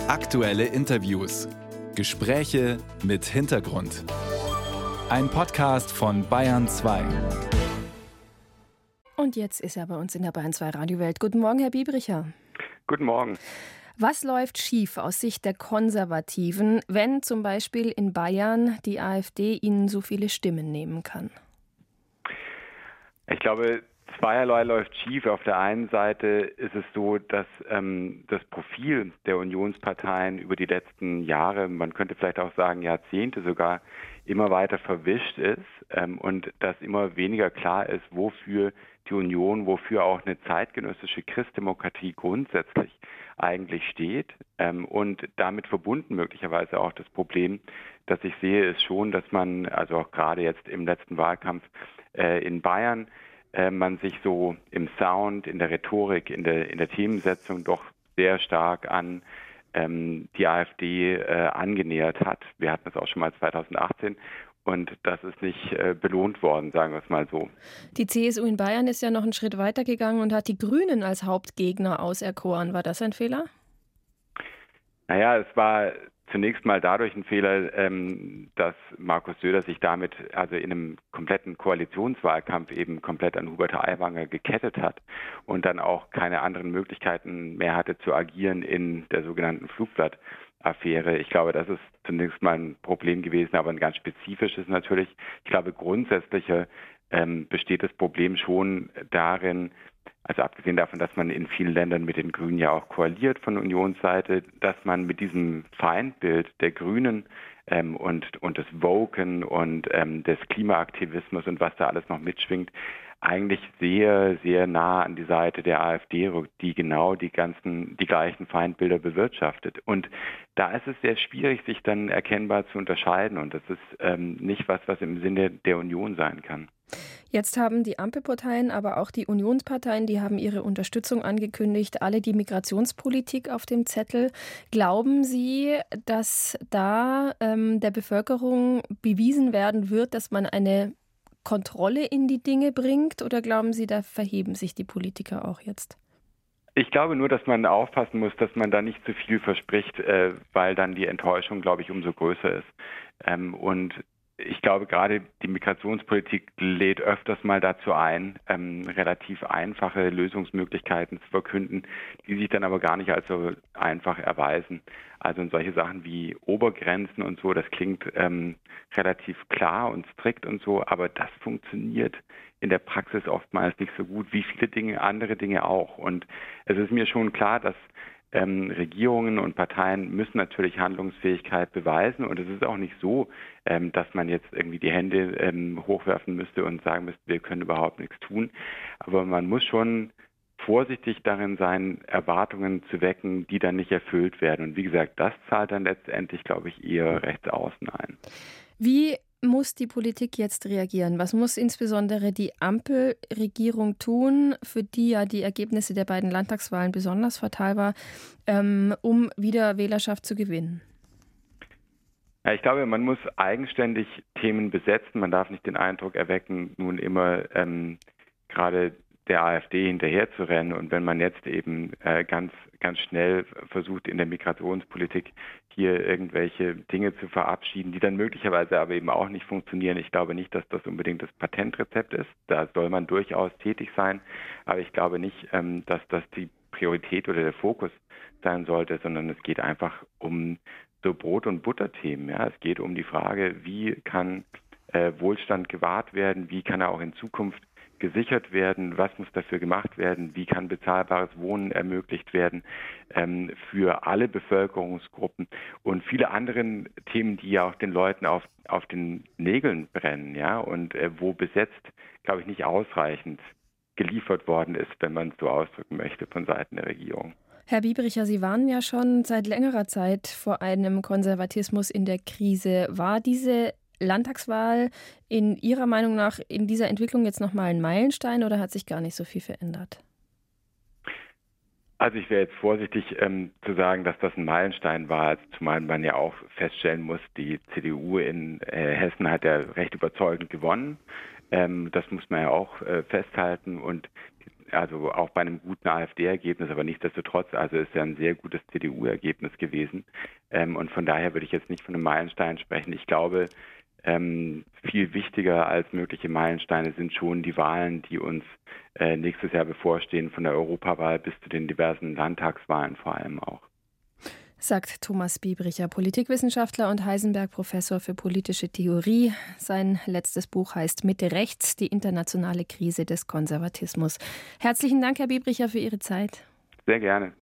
Aktuelle Interviews. Gespräche mit Hintergrund. Ein Podcast von Bayern 2. Und jetzt ist er bei uns in der Bayern 2 Radiowelt. Guten Morgen, Herr Biebricher. Guten Morgen. Was läuft schief aus Sicht der Konservativen, wenn zum Beispiel in Bayern die AfD ihnen so viele Stimmen nehmen kann? Ich glaube, zweierlei läuft schief. Auf der einen Seite ist es so, dass das Profil der Unionsparteien über die letzten Jahre, man könnte vielleicht auch sagen Jahrzehnte sogar, immer weiter verwischt ist und dass immer weniger klar ist, wofür die Union, wofür auch eine zeitgenössische Christdemokratie grundsätzlich eigentlich steht. Und damit verbunden möglicherweise auch das Problem, das ich sehe, ist schon, dass man, also auch gerade jetzt im letzten Wahlkampf in Bayern, man sich so im Sound, in der Rhetorik, in der Themensetzung doch sehr stark an die AfD angenähert hat. Wir hatten es auch schon mal 2018 und das ist nicht belohnt worden, sagen wir es mal so. Die CSU in Bayern ist ja noch einen Schritt weiter gegangen und hat die Grünen als Hauptgegner auserkoren. War das ein Fehler? Naja, es war zunächst mal dadurch ein Fehler, dass Markus Söder sich damit also in einem kompletten Koalitionswahlkampf eben komplett an Hubert Aiwanger gekettet hat und dann auch keine anderen Möglichkeiten mehr hatte zu agieren in der sogenannten Flugblattaffäre. Ich glaube, das ist zunächst mal ein Problem gewesen, aber ein ganz spezifisches natürlich. Ich glaube, grundsätzlicher besteht das Problem schon darin, also abgesehen davon, dass man in vielen Ländern mit den Grünen ja auch koaliert von Unionsseite, dass man mit diesem Feindbild der Grünen und des Woken und des Klimaaktivismus und was da alles noch mitschwingt, eigentlich sehr, sehr nah an die Seite der AfD rückt, die genau die gleichen Feindbilder bewirtschaftet. Und da ist es sehr schwierig, sich dann erkennbar zu unterscheiden. Und das ist nicht was im Sinne der Union sein kann. Jetzt haben die Ampelparteien, aber auch die Unionsparteien, die haben ihre Unterstützung angekündigt, alle die Migrationspolitik auf dem Zettel. Glauben Sie, dass da der Bevölkerung bewiesen werden wird, dass man eine Kontrolle in die Dinge bringt, oder glauben Sie, da verheben sich die Politiker auch jetzt? Ich glaube nur, dass man aufpassen muss, dass man da nicht zu viel verspricht, weil dann die Enttäuschung, glaube ich, umso größer ist. Und ich glaube, gerade die Migrationspolitik lädt öfters mal dazu ein, relativ einfache Lösungsmöglichkeiten zu verkünden, die sich dann aber gar nicht als so einfach erweisen. Also in solche Sachen wie Obergrenzen und so, das klingt relativ klar und strikt und so, aber das funktioniert in der Praxis oftmals nicht so gut wie viele andere Dinge auch. Und es ist mir schon klar, dass Regierungen und Parteien müssen natürlich Handlungsfähigkeit beweisen und es ist auch nicht so, dass man jetzt irgendwie die Hände hochwerfen müsste und sagen müsste, wir können überhaupt nichts tun. Aber man muss schon vorsichtig darin sein, Erwartungen zu wecken, die dann nicht erfüllt werden. Und wie gesagt, das zahlt dann letztendlich, glaube ich, eher rechts außen ein. Wie muss die Politik jetzt reagieren? Was muss insbesondere die Ampelregierung tun, für die ja die Ergebnisse der beiden Landtagswahlen besonders fatal war, um wieder Wählerschaft zu gewinnen? Ja, ich glaube, man muss eigenständig Themen besetzen. Man darf nicht den Eindruck erwecken, nun immer gerade der AfD hinterherzurennen. Und wenn man jetzt eben ganz schnell versucht, in der Migrationspolitik hier irgendwelche Dinge zu verabschieden, die dann möglicherweise aber eben auch nicht funktionieren. Ich glaube nicht, dass das unbedingt das Patentrezept ist. Da soll man durchaus tätig sein. Aber ich glaube nicht, dass das die Priorität oder der Fokus sein sollte, sondern es geht einfach um so Brot- und Butterthemen. Ja? Es geht um die Frage, wie kann Wohlstand gewahrt werden, wie kann er auch in Zukunft gesichert werden, was muss dafür gemacht werden, wie kann bezahlbares Wohnen ermöglicht werden für alle Bevölkerungsgruppen und viele andere Themen, die ja auch den Leuten auf den Nägeln brennen, ja, und wo bis jetzt, glaube ich, nicht ausreichend geliefert worden ist, wenn man es so ausdrücken möchte, von Seiten der Regierung. Herr Biebricher, Sie warnen ja schon seit längerer Zeit vor einem Konservatismus in der Krise. War diese Landtagswahl in Ihrer Meinung nach in dieser Entwicklung jetzt nochmal ein Meilenstein oder hat sich gar nicht so viel verändert? Also ich wäre jetzt vorsichtig zu sagen, dass das ein Meilenstein war, zumal man ja auch feststellen muss, die CDU in Hessen hat ja recht überzeugend gewonnen. Das muss man ja auch festhalten und also auch bei einem guten AfD-Ergebnis, aber nichtsdestotrotz, also ist ja ein sehr gutes CDU-Ergebnis gewesen. Und von daher würde ich jetzt nicht von einem Meilenstein sprechen. Ich glaube, viel wichtiger als mögliche Meilensteine sind schon die Wahlen, die uns nächstes Jahr bevorstehen, von der Europawahl bis zu den diversen Landtagswahlen vor allem auch. Sagt Thomas Biebricher, Politikwissenschaftler und Heisenberg-Professor für politische Theorie. Sein letztes Buch heißt Mitte rechts, die internationale Krise des Konservatismus. Herzlichen Dank, Herr Biebricher, für Ihre Zeit. Sehr gerne.